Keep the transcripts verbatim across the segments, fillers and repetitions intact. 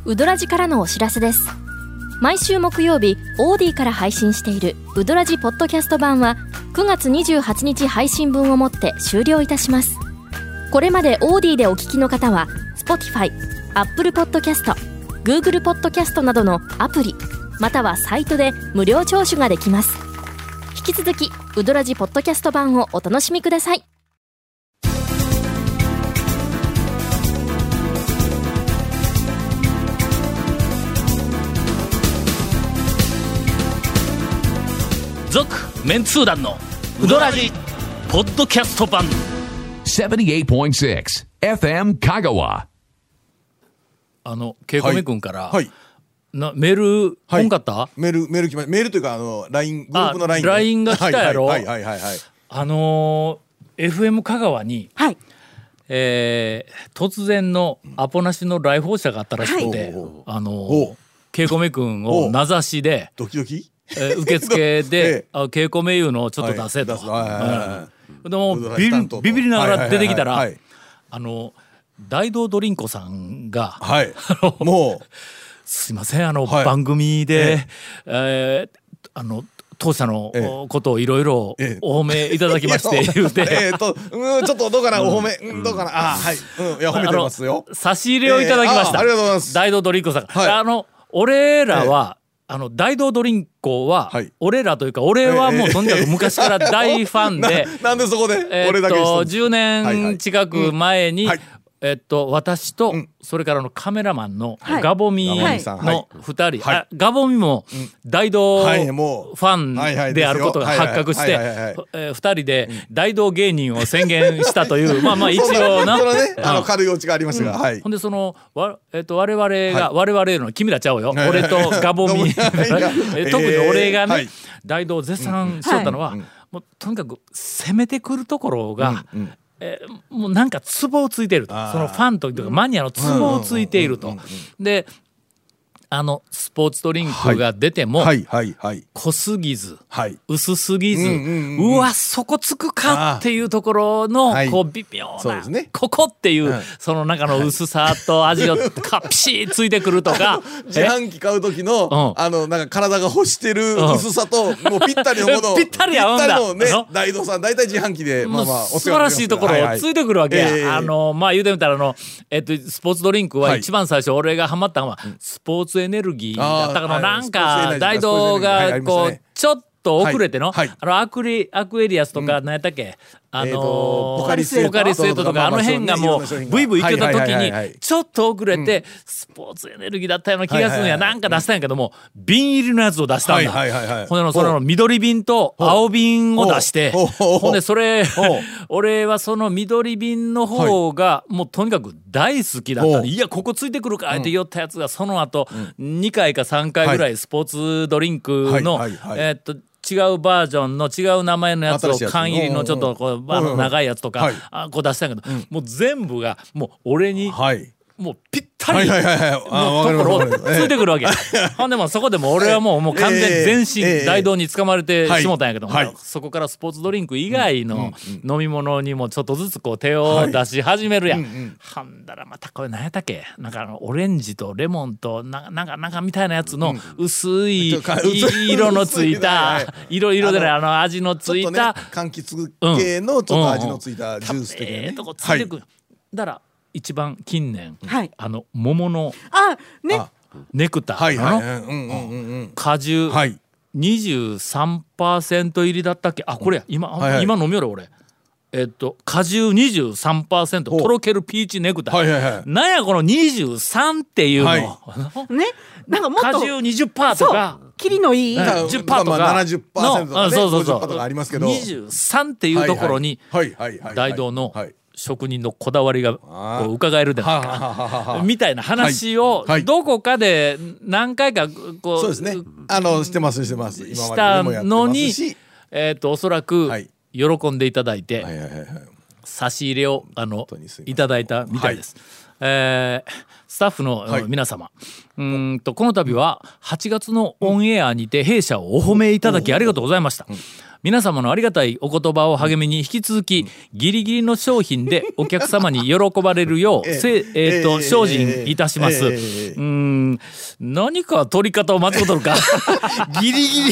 ウドラジからのお知らせです。毎週木曜日 オーディー から配信しているウドラジポッドキャスト版はくがつにじゅうはちにち配信分をもって終了いたします。これまで オーディー でお聞きの方は Spotify、Apple Podcast、Google Podcast などのアプリまたはサイトで無料聴取ができます。引き続きウドラジポッドキャスト版をお楽しみください。 続メンツー団のウドラジポッドキャスト版ななじゅうはちてんろく エフエム 香川。 あのケイコメ君から、 はい、 なメール来んかった、 はい、メールメール来まメールというかあの ライン グループの ラインラインが来たやろ。 はいはいはいはいはい。 あのー、エフエム 香川に、 はい、 えー、突然のアポなしの来訪者があったらしくて、はい、あのー、ケイコメ君を名指しでドキドキえー、受付で「稽古名優のちょっと出せ」と、でもビビビビりながら出てきたらあの大道ドリンコさんが「はい、もうすいませんあの、はい、番組で、えー、あの当社のことをいろいろお褒めいただきまして」言うてえっとうんちょっとどうかなお褒めうんどうかなあはいうんいや褒めてますよ。 差し入れをいただきました。 ありがとうございます。 大道ドリンコさんあの俺らはあの大道ドリンコは、はい、俺らというか俺はもうとにかく昔から大ファンでな, なんでそこで俺だけえっとじゅうねん近く前に、はいはいうんはいえっと私とそれからのカメラマンのガボミのふたり、ガボミも大道ファンであることが発覚してふたりで大道芸人を宣言したというまあまあ一応なあの軽いオチがありましたが、 ほんでそのわえっと我々が我々の君らちゃうよ俺とガボミ特に俺がね大道を絶賛しとったのはもうとにかく攻めてくるところがえー、もうなんかツボをついているとそのファンというかマニアのツボをついているとであのスポーツドリンクが出ても濃すぎず薄すぎずうわそこつくかっていうところのこう微妙なここっていうその中の薄さと味をカッピシーついてくるとか自販機買う時のあのなんか体が欲してる薄さともうぴったりのものぴったり合うんだね大道さん大体自販機でまあまあ素晴らしいところをついてくるわけや。あのまあ言うてみたらあのえっとスポーツドリンクは一番最初俺がハマったのはスポーツエネルギーだったかのなんか大道がこうちょっと遅れてのあのアクリアクエリアスとか何やったっけあのポカリスエットとかあの辺がもうブイブイいけた時にちょっと遅れてスポーツエネルギーだったような気がするんやなんか出したんやけども瓶入りのやつを出したんだ。ほんでその緑瓶と青瓶を出してほんでそれ俺はその緑瓶の方がもうとにかく大好きだった。いやここついてくるかって言ったやつがその後にかいかさんかいぐらいスポーツドリンクのえっと違うバージョンの違う名前のやつを缶入りのちょっとこうあの長いやつとかあこう出したんやけどもう全部がもう俺にもうぴったりのところをついてくるわけ。ほんでもそこでも俺はもうもう完全全身大道に掴まれてしもたんやけどもそこからスポーツドリンク以外の飲み物にもちょっとずつこう手を出し始めるやん。はんだらまたこれ何やったっけなんかあのオレンジとレモンとななんかなんかみたいなやつの薄い色のついた色色でねあの味のついた柑橘系のちょっと味のついたジュース的なね。 ついてくるだから一番近年、はい、あの桃のあ、ね、 ネクターの果汁 にじゅうさんパーセント 入りだったっけあこれや今、はいはい、今飲みよる俺えっと果汁 にじゅうさんパーセント とろけるピーチネクター、はいはいはい、なんやこのにじゅうさんっていうの、はい、 ねなんかもっと果汁 にじゅっパーセント とかキリのいいじゅっパーセント とかななじゅっパーセント とかねそうそうそうごじゅっパーセント とかありますけどにじゅうさんっていうところに大道の職人のこだわりがこう伺えるでないかみたいな話をどこかで何回かこうそうですねあのしてますしてます今したのにえっとおそらく喜んでいただいて差し入れをあのいただいたみたいです。えー、スタッフの皆様、はい、うーんとこの度ははちがつのオンエアにて弊社をお褒めいただきありがとうございました。 皆様のありがたいお言葉を励みに引き続きギリギリの商品でお客様に喜ばれるようせ、えー、と精進いたします。うーん何か取り方を間違うとるかギリギリ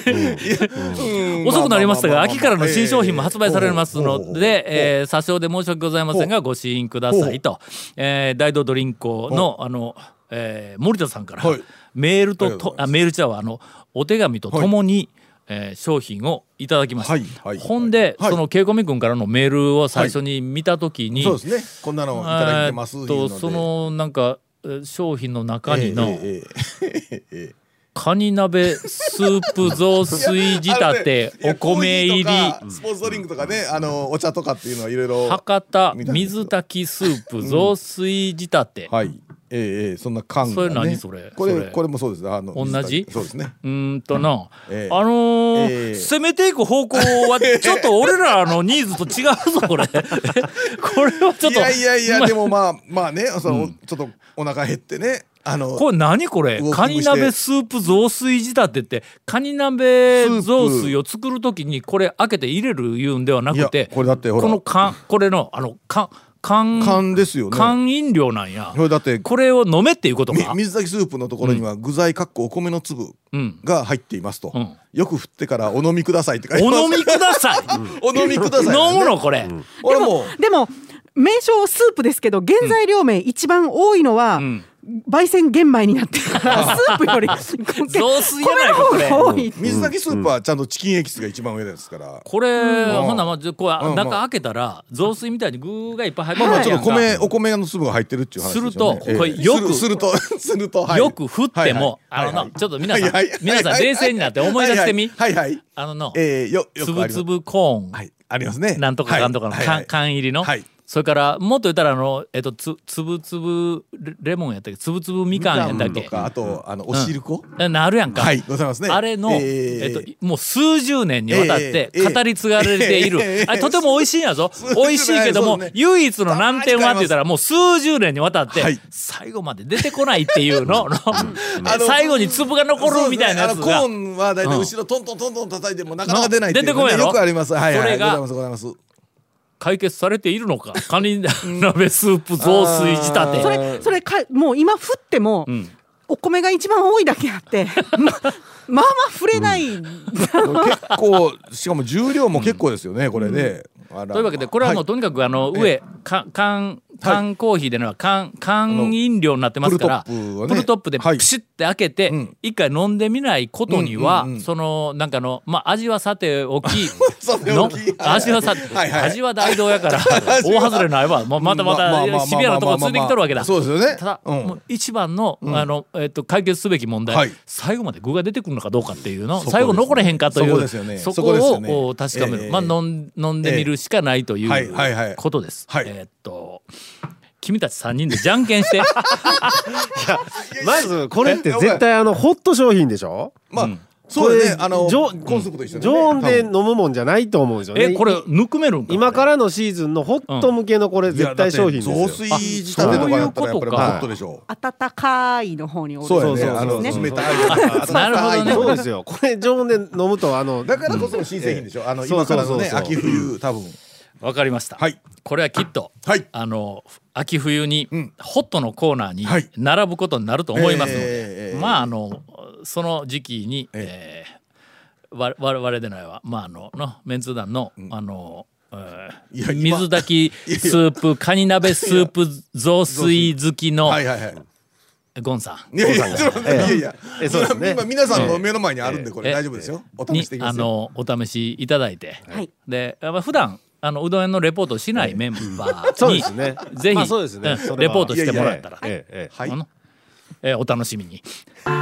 遅くなりましたが秋からの新商品も発売されますので、えー、詐称で申し訳ございませんがご試飲くださいと、えー、大道ドリンクのあの、えー、森田さんから、はい、メールととあメールちゃうわあのお手紙とともに、はいえー、商品をいただきました、はいはい、ほんで、はい、そのケイコミ君からのメールを最初に見たときに、 はい、そうですねこんなのいただいてますとそのなんか商品の中にの、えーえーえー、カニ鍋スープ雑炊仕立てお米入りスポーツドリンクとかねあのお茶とかっていうのはいろいろ博多水炊きスープ雑炊仕立て、 うん、はいええそんな缶がねそれ何それこれそれこれもそうですあの同じそうですねうーんとな、 ええあのーええ攻めていく方向はちょっと俺らのニーズと違うぞこれこれはちょっといやいやいやでもまあまあねその、うん、ちょっとお腹減ってねあのこれ何これカニ鍋スープ雑炊仕立てってカニ鍋雑炊を作るときにこれ開けて入れる言うんではなくてこれだってほらこの缶これのあの缶缶缶ですよね缶飲料なんやこれだってこれを飲めっていうことか水炊きスープのところには具材かっこお米の粒が入っていますと、うん、よく振ってからお飲みくださいって書いてますお飲みくださいお飲みください、ね、 飲むのこれ、うん、 俺もでも名称スープですけど原材料名一番多いのは、うん焙煎玄米になってるからスープより雑炊やないかこれ多い水炊きスープはちゃんとチキンエキスが一番上ですからこれ、うん、ほんならこう、うん、中開けたら雑炊みたいに具がいっぱい入ってる、 まあ、まあちょっと米お米の粒が入ってるっていう話ですよねすると、えー、これよくするとすると、はい、 よく振っても、はいはい、あの、はいはい、ちょっと皆さん、はいはい、皆さん冷静になって思い出してみはいはい、はい、 あのの、 えー、よよつぶつぶコーン、 はい、ありますねなんとかかんとかの、はい、缶, 缶入りの、はいそれからもっと言ったらあの、えっと、つ, つぶつぶレモンやったっけつぶつぶみかんやったっけとかあと、うん、あのおしるこ、 うん、なるやんか、 はい、ございますねあれの、えーえっと、もう数十年にわたって語り継がれている、えーえー、あれとても美味しいんやぞ美味しいけども、ね、唯一の難点はって言ったらもう数十年にわたって、はい、最後まで出てこないっていうの最後に粒が残るみたいなやつが、 ね、コーンはだいたい後ろトントントントン叩いてもなかなか出ないっていう、ね、 出てこんやろよくあります、はいはい、 それがございますございます解決されているのかカニ鍋スープ雑炊仕立てそれそれかもう今振っても、うん、お米が一番多いだけあってま, まあまあ触れない、うん、 結構しかも重量も結構ですよね、うん、これで、 うん、というわけでこれはもうとにかくあの上缶缶コーヒーでのは缶缶飲料になってますからプルトップ、ね、プルトップでプシュって開けて一回飲んでみないことには、うんうんうん、そのなんかのまあ味はさておきの味はさて、はいはい、味は大道やから大外れないわもうまたまたシビアなところついてきとるわけだ。 そうですよね。 ただ、うん、もう一番の、うんあのえー、と解決すべき問題、はい、最後まで具が出てくるのかどうかっていうの最後残れへんかという そ,、ね、そこをこう確かめる、えーまあ、飲ん、飲んでみるしかないという、えー、ことです。はいはいはい、えー、っと君たちさんにんでじゃんけんしていやまずこれって絶対あのホット商品でしょ。 まあ、うんそうですね、あのコンスープと一緒に、ね、 常温で飲むもんじゃないと思うんですよね。 えこれぬくめるんか今からのシーズンのホット向けのこれ絶対商品ですよ。 雑炊仕立てとかだったらやっぱりホットでしょう。 温かいの方におるそうですね。あの冷たいなるほどね。 そうですよ。これ常温で飲むとあのだからこその新製品でしょ。あの今からのね秋冬多分わかりました、はい、これはきっと、はい、あの秋冬に、うん、ホットのコーナーに並ぶことになると思いますので、えー、まああのその時期に、えー我々でないわ、まああののメンツ団の、うん、あの、えー、水炊きスープカニ鍋スープ雑炊好きのはいはいはいゴンさん。 いやいやいやいや、えそうですね。今皆さんの目の前にあるんでこれ大丈夫ですよ。お試しできますよ。あのお試しいただいて、はい、で普段あのうどん屋のレポートをしないメンバーに、 そうですね、 ぜひ、 まあそうですね、 うん、レポートしてもらったら、 いやいやええはい、あのえー、お楽しみに。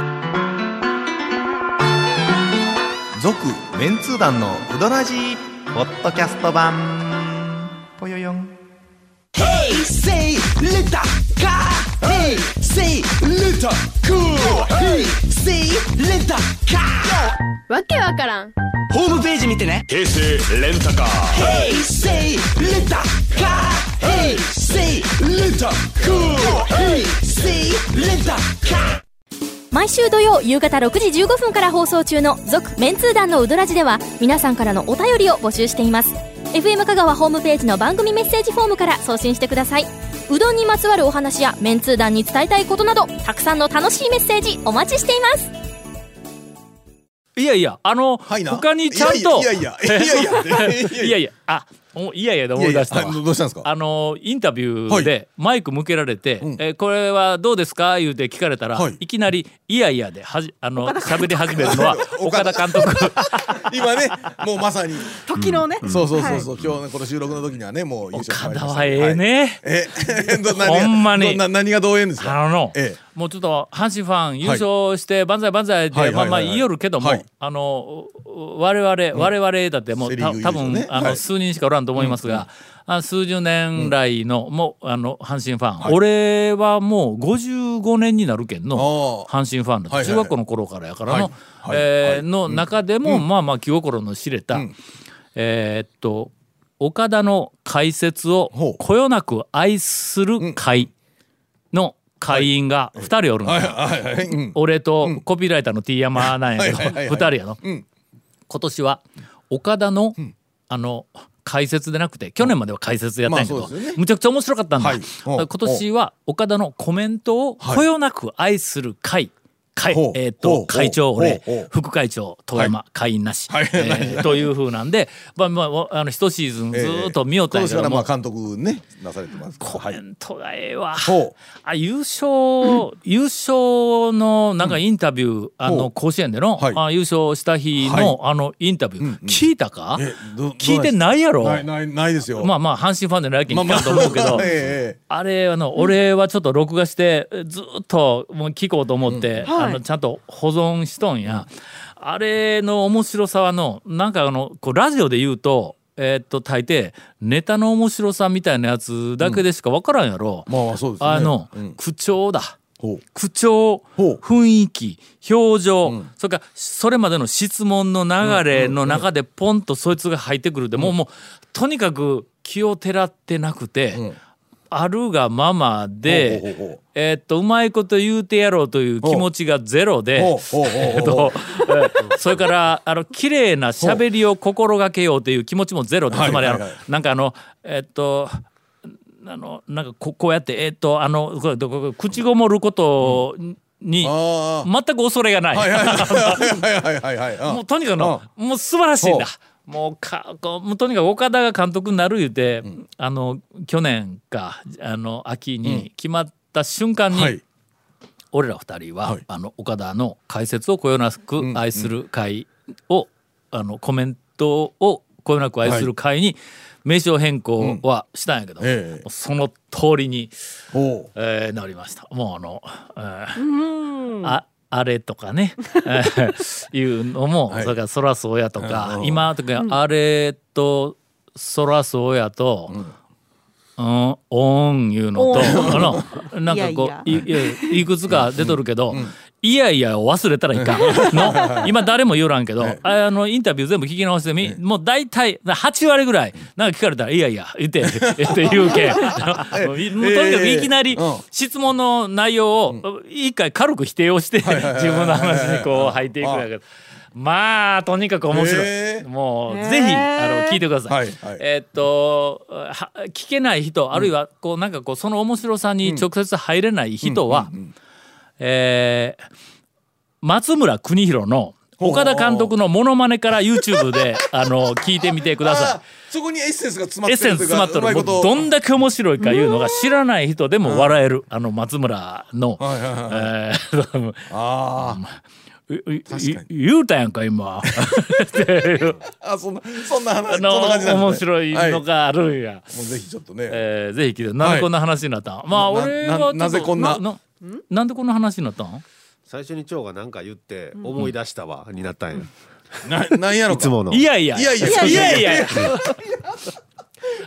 続メンツー団のうどらじポッドキャスト版ぽよよん。 Hey, say, let the car. Hey, say, let the cool. Hey, say, let the car. わけわからん。 ホームページ見てね。 平成レンタカー。 Hey, say, let the car. Hey, say, let the cool. Hey, say, let the car. 毎週土曜夕方ろくじじゅうごふんから放送中の続メンツー団のウドラジでは皆さんからのお便りを募集しています。 エフエム 香川ホームページの番組メッセージフォームから送信してください。うどんにまつわるお話やメンツー団に伝えたいことなどたくさんの楽しいメッセージお待ちしています。 いやいやあの、はい、他にちゃんといやいやいやいやいやいやいやあいやいやで思い出したわ。 いやいやどうしたんですか。 あのインタビューでマイク向けられて、はい、えこれはどうですか言うて聞かれたら、はい、いきなりいやいやではじあの喋り始めるのは岡田監督今ねもうまさに時のね、 うん、そうそうそうそう、はい、今日ねこの収録の時にはねもう優勝岡田はええね、はい、 えほんまに何がどうええんですか。 あの、 ええ、 もうちょっと阪神ファン優勝して万歳万歳でまあまあ言いよるけども、はい、あの我々、うん、我々だってもうた多分、ね、あの、はい、数人しかおらんと思いますが、うんうん、数十年来の、うん、もうあの阪神ファン、はい、俺はもうごじゅうごねんになるけんの阪神ファンだった中学校の頃からやからの、はいえーはい、の中でも、うん、まあまあ気心の知れた、うん、えー、っと岡田の解説をこよなく愛する会の会員がふたりおるの、はいはいはいはいうん、俺とコピーライターの T 山なんやけどふたりやの、うん、今年は岡田の、うん、あの解説でなくて去年までは解説やったんやけど、まあね、むちゃくちゃ面白かったんだ、はい、今年は岡田のコメントをこよなく愛する会、会えー、と会長俺副会長遠山、はい、会員なし、はいえー、という風なんで、まあまあ、あの一シーズンずっと見よったんやけども、 えー、今年からまあ監督ねなされてますからコメントがええわ、はい、あ優勝、うん、優勝のなんかインタビュー、うん、あの甲子園での、はい、あ優勝した日の、はい、あのインタビュー、うんうん、聞いたか、えど聞いてないやろ。 ないないないですよ。 まあまあ阪神ファンでないけん聞かんと思うけど、まあまあえー、あれあの、うん、俺はちょっと録画してずっともう聞こうと思って、うんはい、あのちゃんと保存しとんや、うん、あれの面白さはのなんかあのこうラジオで言うとえー、っと大抵ネタの面白さみたいなやつだけでしか分からんやろ、 うんまあそうですね、 あの、うん、口調だ口調雰囲気表情、うん、それからそれまでの質問の流れの中でポンとそいつが入ってくるで、うん、もうもうとにかく気をてらってなくて、うんあるがままで、ほうほうほうえー、っとうまいこと言うてやろうという気持ちがゼロで、それからあの綺麗な喋りを心がけようという気持ちもゼロで、つまりあの、はいはいはい、なんかあのえー、っとあのなんか こ, こうやってえー、っとあの口ごもることに、うん、全く恐れがない。もうとにかくのもう素晴らしいんだ。もうかこうとにかく岡田が監督になる言うて、うん、あの去年かあの秋に決まった瞬間に、うんはい、俺ら二人は、はい、あの岡田の解説をこよなく愛する会を、うん、あのコメントをこよなく愛する会に名称変更はしたんやけど、うんええ、その通りに、えー、なりました。もうあの、えー、うんああれとかねいうのも、はい、それからそらそうやとか、うん、今とか、うん、あれとそらそうやと、うん、オンいうのとあのなんかこう い, い, い, いくつか出とるけど、うんうん、いやいやを忘れたらいかんの今誰も言うらんけど、はい、あのインタビュー全部聞き直してみ、はい、もう大体はち割ぐらいなんか聞かれたらいやいや言ってって言うけんもうとにかくいきなり質問の内容を一回軽く否定をして自分の話にこう入っていくんだけどまあとにかく面白い、えー、もう、えー、ぜひあの聞いてください、はいはい、えー、っと聞けない人あるいはこうなんかこうその面白さに直接入れない人は、うんうんうんうんえー、松村邦洋の岡田監督のモノマネから YouTube であの聞いてみてください。 そこにエッセンスが詰まってるエッセンス詰まってるもうどんだけ面白いかいうのが知らない人でも笑えるあの松村の、はいはいはいえー、ああ言うたやんか今あそんなそんな話のそんな感じなんですね。面白いのがあるんや、はい、 もうぜひちょっとね、 えー、ぜひ聞いてなんでこんな話になったん、はい、まあ俺はちょっとな, なぜこんなな, な, なんでこんな話になったん。 最初に長が何か言って思い出したわ、うん、になったんや、 な, なんやろかいつものいやいやいやいやいやいや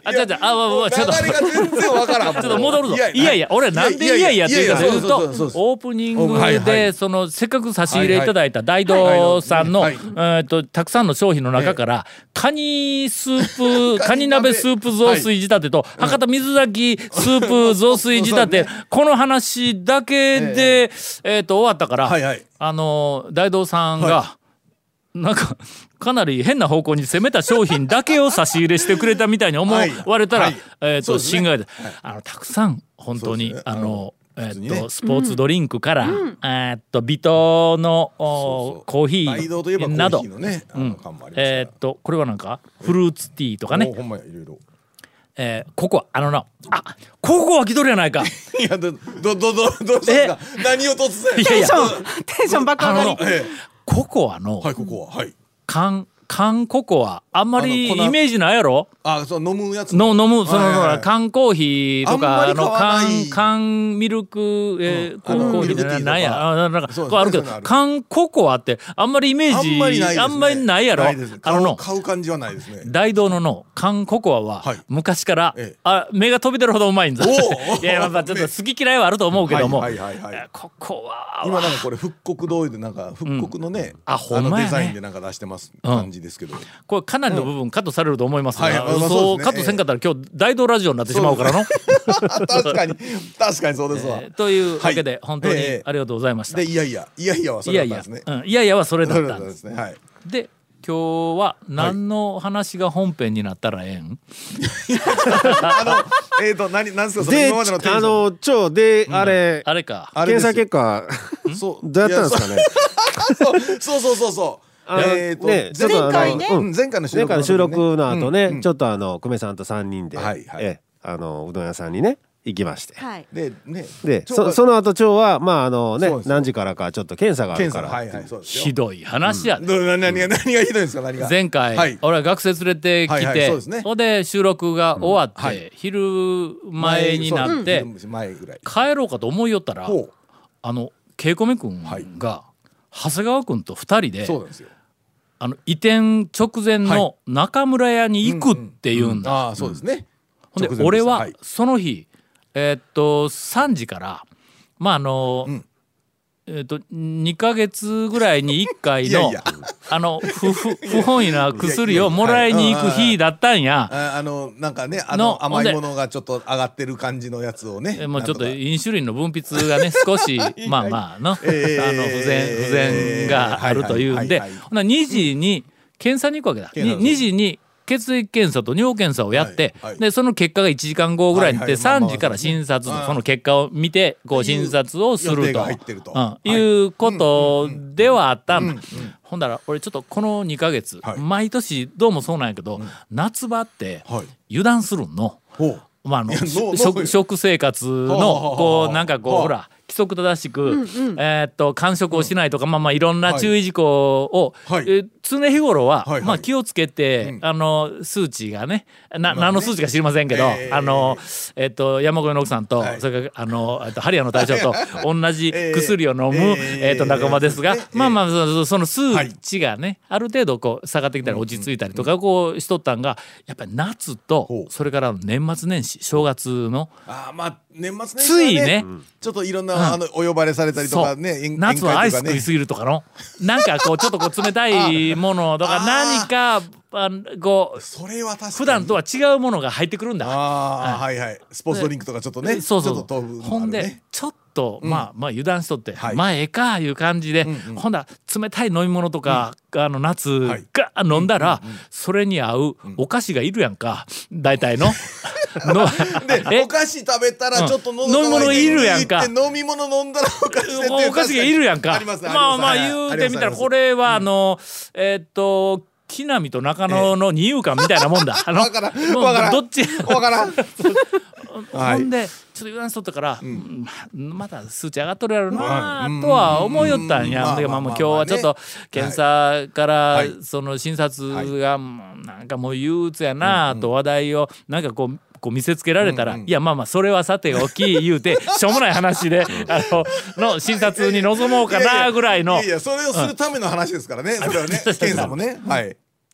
あ、違う違う、あ、もうちょっと流れが全然わからん。 ちょっと戻るぞ。いやいや、俺なんでいやいやっていうかというと、オープニングでそのせっかく差し入れいただいた大道さんのえっとたくさんの商品の中からカニスープカニ鍋スープ雑炊仕立てと博多水炊きスープ雑炊仕立て、この話だけでえっと終わったから、あの大道さんがなんかかなり変な方向に攻めた商品だけを差し入れしてくれたみたいに思われたら、えっと心外で、あのたくさん本当にあのえっとスポーツドリンクからえっと微糖のコーヒーなど、えっとこれはなんかフルーツティーとかね、えー、ココアあのなあココア来とるやないか。 いやどどどどどうしたんですか。何を突然。 テンションテンションばっかり。 ココアのはいココアはい缶缶ココアあんまりイメージないやろ。 あ、そう飲むやつの飲むその缶コーヒーとかあの缶缶ミルクえコーヒーってなんやあなんかこうあるけど缶ココアってあんまりイメージあんまりないやろ。あのの買う感じはないですね。 大道のの缶ココアは昔からあ目が飛び出るほどうまいんだ。いやまあちょっと好き嫌いはあると思うけどもココア今なんかこれ復刻どういうなんか復刻のねあのデザインでなんか出してます感じですけど、 これかなりの部分カットされると思いますが、そうカットせんかったら今日大道ラジオになってしまうからの。 確かに確かにそうですわ。 というわけで本当にありがとうございました。 でいやいやいやいやはそれだったんですね。 いやいやはそれだったんです。で今日は何の話が本編になったらええん？ あのえっと何何ですかその今までのテンション。 あの超であれあれか検査結果どうやったんですかね。 そうそうそうそう。 えーね、 前回ね、 前回の収録の後ね、ちょっとあの久米さんとさんにんで、えあのうどん屋さんにね行きまして、 でねでそその後長はまああのね何時からかちょっと検査があるからひどい話やね。 何が何がひどいんですか何が。 前回俺は学生連れてきてそれで収録が終わって昼前になって帰ろうかと思いよったらあのケイコメ君が長谷川君とふたりであの移転直前の中村屋に行くって言うんだ。 そうですね。 ほんで俺はその日えっとさんじからまああのえっとにかげつぐらいにいっかいのあの不不本意な薬をもらいに行く日だったんや。 あのなんかねあの甘いものがちょっと上がってる感じのやつをね。 もうちょっとインシュリンの分泌がね少しまあまあのあの不全不全があるというんで、ほなにじに検査に行くわけだ。にじに血液検査と尿検査をやって、はいはい、でその結果がいちじかんごぐらいに行ってさんじから診察のその結果を見てこう診察をするということではあったんだ。ほんだら俺ちょっとこのにかげつ、はい、毎年どうもそうなんやけど、うん、夏場って油断するの。まあ、あの食, 食生活のこうなんかこうほら規則正しく、うんうん、えー、っと間食をしないとか、うん、まあまあいろんな注意事項を、はい、え常日頃は、はいはい、まあ気をつけて、うん、あの数値がねな、何の数値か知りませんけど、えー、あのえー、っと山越の奥さんと、はい、それからあのハリアの大将と同じ薬を飲む、えーえー、っと仲間ですが、えー、まあまあそ, その数値がね、はい、ある程度こう下がってきたり落ち着いたりとかこうしとったんがやっぱり夏と、うん、それから年末年始正月のあまあ年末年始、ね、 ついね、 うん、ちょっといろんな、うん、あのお呼ばれされたりとかね、 夏はアイス食いすぎるとかのなんかこうちょっとこう冷たいものとか何かあこうそれは確かに普段とは違うものが入ってくるんだ。 あ、はい、はいはいスポーツドリンクとかちょっとねそうそうちょっと豆腐、ね、 ほんでちょっと、うん、まあまあ油断しとって、はい、まあええかいう感じで、うんうん、ほんだ冷たい飲み物とか、うん、あの夏が飲んだら、うんうんうん、それに合うお菓子がいるやんか大体ののでお菓子食べたらちょっと喉乾いているやんか。 飲み物飲んだらお菓子でお菓子がいるやんか。 あります、 まあまあ言うてみたらこれはあのえっと木南と中野の二遊間みたいなもんだ。あのわからんわからんどっちわからんほんでちょっと油断しとったから、うん、また数値上がっとるやろなとは思いよったんや。でまあもう今日はちょっと検査からその診察がなんかもう憂鬱やなと話題をなんかこうこう見せつけられたら、うんうん、いやまあまあそれはさておき言うてしょうもない話であのの診察に臨もうかなぐらいのいやいやそれをするための話ですからね、うん、それはね検査もね、はいいや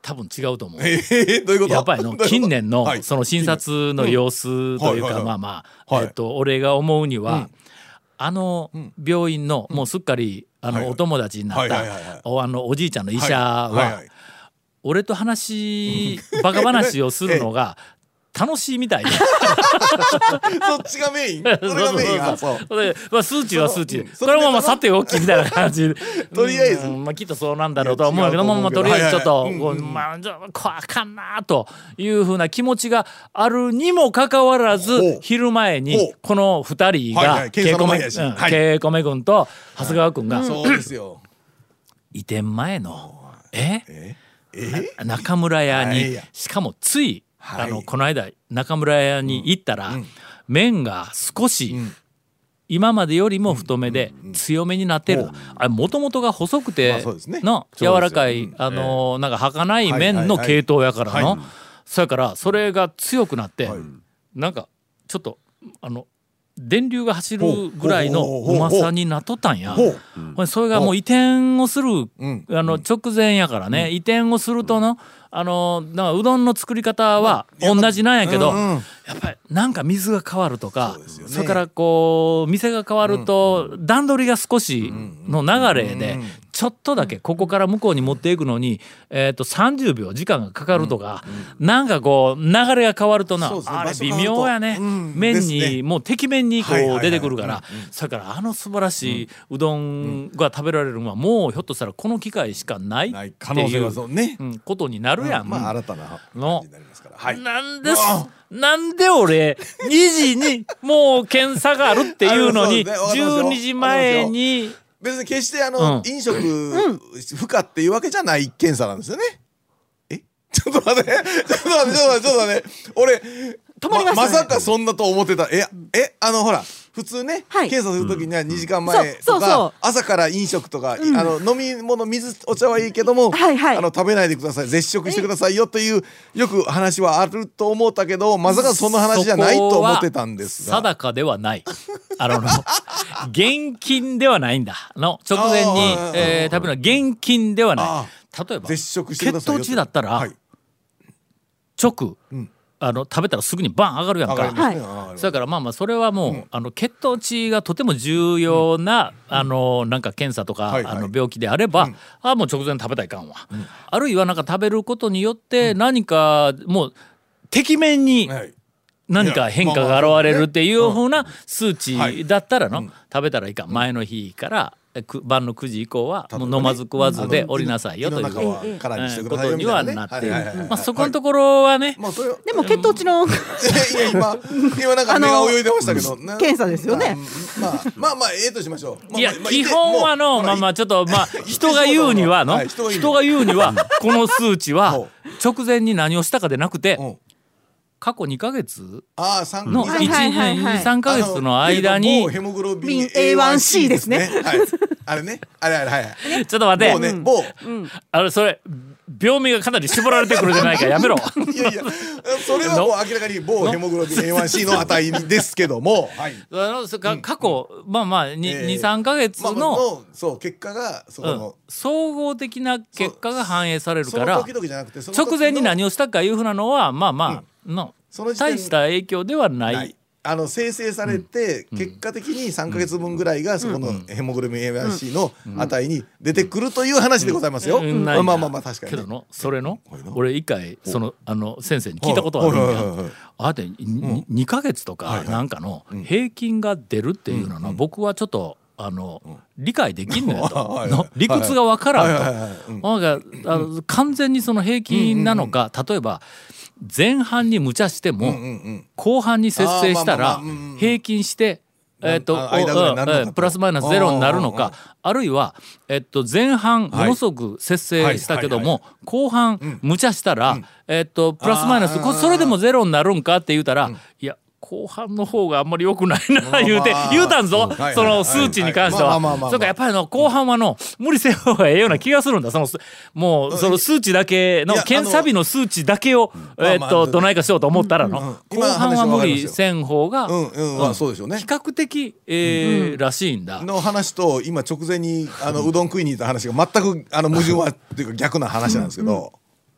多分違うと思う。 えー、どういうこと？ やっぱりの近年のその診察の様子というか、まあまあ、えっと俺が思うには、あの病院のもうすっかりあのお友達になったあのおじいちゃんの医者は俺と話バカ話をするのが楽しいみたいでそっちがメイン、それがメインがそうで、まあ、数値は数値、これもまあさておきみたいな感じとりあえず、 うん、まあ、きっとそうなんだろうとは思うけども、まあ、とりあえずちょっと、はいはい、こうまあ、じゃあこうあかんなというふうな気持ちがあるにもかかわらず昼前にこのふたりが稽古目、稽古目君と長谷川君が、はい、 そうですよ移転前のえええ中村屋に、しかもついあのこの間中村屋に行ったら、うん、麺が少し、うん、今までよりも太めで強めになってる、うんうん、あれもともとが細くての柔らかい、あのなんか儚い麺の系統やからの、そやからそれが強くなって、はい、なんかちょっとあの電流が走るぐらいのうまさになっとったんや。それがもう移転をする、うん、あの直前やからね、うん、移転をするとのあのなんかうどんの作り方は同じなんやけど、うんうん、やっぱりなんか水が変わるとか、 そうですよね、それからこう店が変わると段取りが少しの流れでちょっとだけここから向こうに持っていくのに、えーとさんじゅうびょう時間がかかるとか、うん、なんかこう流れが変わるとな、ね、あれ微妙やね、うん、麺にもうてきめんにこう出てくるから、それからあの素晴らしいうどんが食べられるのはもうひょっとしたらこの機会しかないっていうことになるやん。 まあ新たな感じになりますから、はい、 なんですなんで俺にじにもう検査があるっていうのにじゅうにじまえに別に決してあの、うん、飲食不可っていうわけじゃない検査なんですよね。えちょっと待ってちょっと待ってちょっと待ってちょっと待って俺止まりましたね、 ま, まさかそんなと思ってた。ええあのほら普通ね、はい、検査するときにはにじかんまえとか、うん、そうそうそう朝から飲食とか、うん、あの飲み物水お茶はいいけども、はいはい、あの食べないでください絶食してくださいよというよく話はあると思ったけど、まさかその話じゃないと思ってたんですが、 定かではないあの現金ではないんだの直前に、えー、食べるのは現金ではない。例えば絶食してくださいよ血糖値だったら、はい、直、うんあの食べたらすぐにバン上がるやんか、はい、それからまあまあそれはもう、うん、あの血糖値がとても重要な、うん、あのなんか検査とか、はいはい、あの病気であれば、うん、あもう直前食べたらいかんわ、うん、あるいはなんか食べることによって何かもうてきめんに何か変化が現れるっていうふうな数値だったらの、食べたらいかん、前の日から晩のくじ以降はもう飲まず食わずで降りなさいよということにはなっている。まあそこのところはね、 でも血糖値の今今なんか目が泳いでましたけど検査ですよね。 まあまあまあええとしましょう。 いや基本はのまあまあちょっとまあ人が言うにはの人が言うにはこの数値は直前に何をしたかでなくて過去にかげつのいちねんにさんかげつの間にヘモグロビンエーワンシー ですね。 はい、あれねあれあれはい。 ちょっと待って。 某ね某。 あれそれ病名がかなり絞られてくるじゃないかやめろ。 いやいやそれはもう明らかに某ヘモグロビン エーワンシー の値ですけども、はい。 あのそか過去まあまあにさんかげつのそう結果がその総合的な結果が反映されるから直前に何をしたかいうふうなのはまあまあの大した影響ではない。ないあの生成されて、うん、結果的にさんかげつぶんぐらいがそこのヘモグロビン エーワンシー の値に出てくるという話でございますよ。まあまあまあ確かに、ね、けどのそれの俺一回そのあの先生に聞いたことあるんや。あてにかげつとかなんかの平均が出るっていうのは僕はちょっとあの理解できんのやとの理屈がわからんと。なんかあの完全にその平均なのか、例えば前半に無茶しても後半に節制したら平均してえっとプラスマイナスゼロになるのか、あるいはえっと前半ものすごく節制したけども後半無茶したらえっとプラスマイナスそれでもゼロになるんかって言うたら、いや後半の方があんまり良くないな言うて言うたんぞ、その数値に関しては。それからやっぱりの後半はの無理せん方がええような気がするんだ。そのもうその数値だけの検査日の数値だけをえっとどないかしようと思ったらの後半は無理せん方が比較的えらしいんだの話と、今直前にあのうどん食いに行った話が全くあの矛盾はっていうか逆な話なんですけど、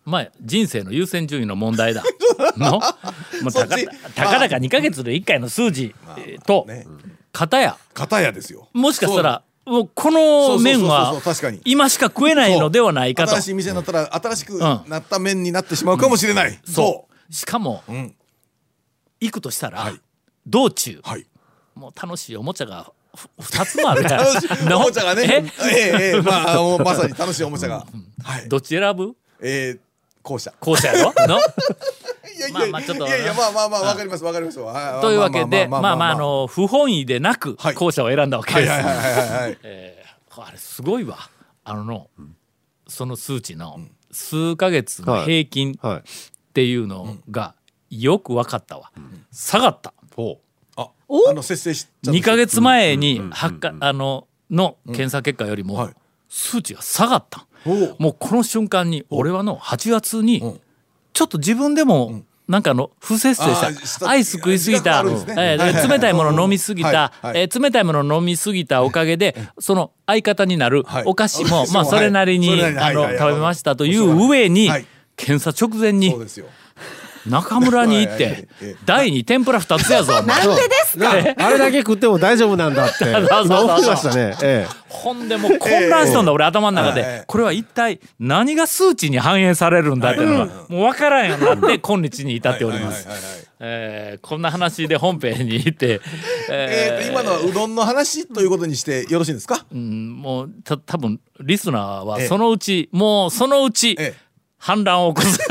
まあ人生の優先順位の問題だのもうたかたかだかにかげつでいっかいの数字と片や片やですよ。 もしかしたらもうこの麺は今しか食えないのではないかと。 新しい店になったら新しくなった麺になってしまうかもしれない、 うん、そうしかも、うん、行くとしたら、はい、道中、はい、もう楽しいおもちゃがふたつもあるやん楽しいおもちゃがねええええまあもうまさに楽しいおもちゃが、うんはい、 どっち選ぶ？ えー、後者後者やろのいやいやまあまあちょっといやいやまあまあまあわかりますわかりますわというわけでまあまああの不本意でなく後者を選んだわけです。 はいはいはいはいはい、 えー、あれすごいわあのの、うん、その数値の数ヶ月の平均っていうのがよく分かったわ、うん、下がった、うん、 ああの節制しにかげつまえに発火あのの検査結果よりも数値が下がった、うん、もうこの瞬間に俺はのはちがつにちょっと自分でもなんかあの不節制したアイス食いすぎた、ねえー、冷たいもの飲みすぎた、はいはいえー、冷たいもの飲みすぎたおかげでその相方になるお菓子も、はい、まあそれなりに、はい、あの、はい、食べましたという上に、はい、検査直前に中村に行って台に天ぷらふたつやぞなんでですかあれだけ食っても大丈夫なんだって思いましたね、ええ、 ほんでもう混乱したんだ、ええ、俺頭の中で、ええ、これは一体何が数値に反映されるんだっていうのが、はい、もう分からんようになって今日に至っております。えー、こんな話で本編に行って、 えー、今のはうどんの話ということにしてよろしいんですか？ うん、もうた多分リスナーはそのうち、ええ、もうそのうち、ええ、反乱を起こす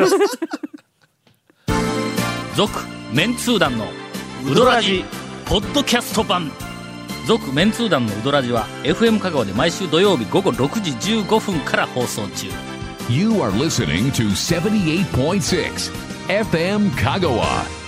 続メンツー団のウドラジポッドキャスト版。続メンツー団のウドラジは エフエム 香川で毎週土曜日午後ろくじじゅうごふんから放送中。 You are listening to seventy-eight point six エフエム 香川。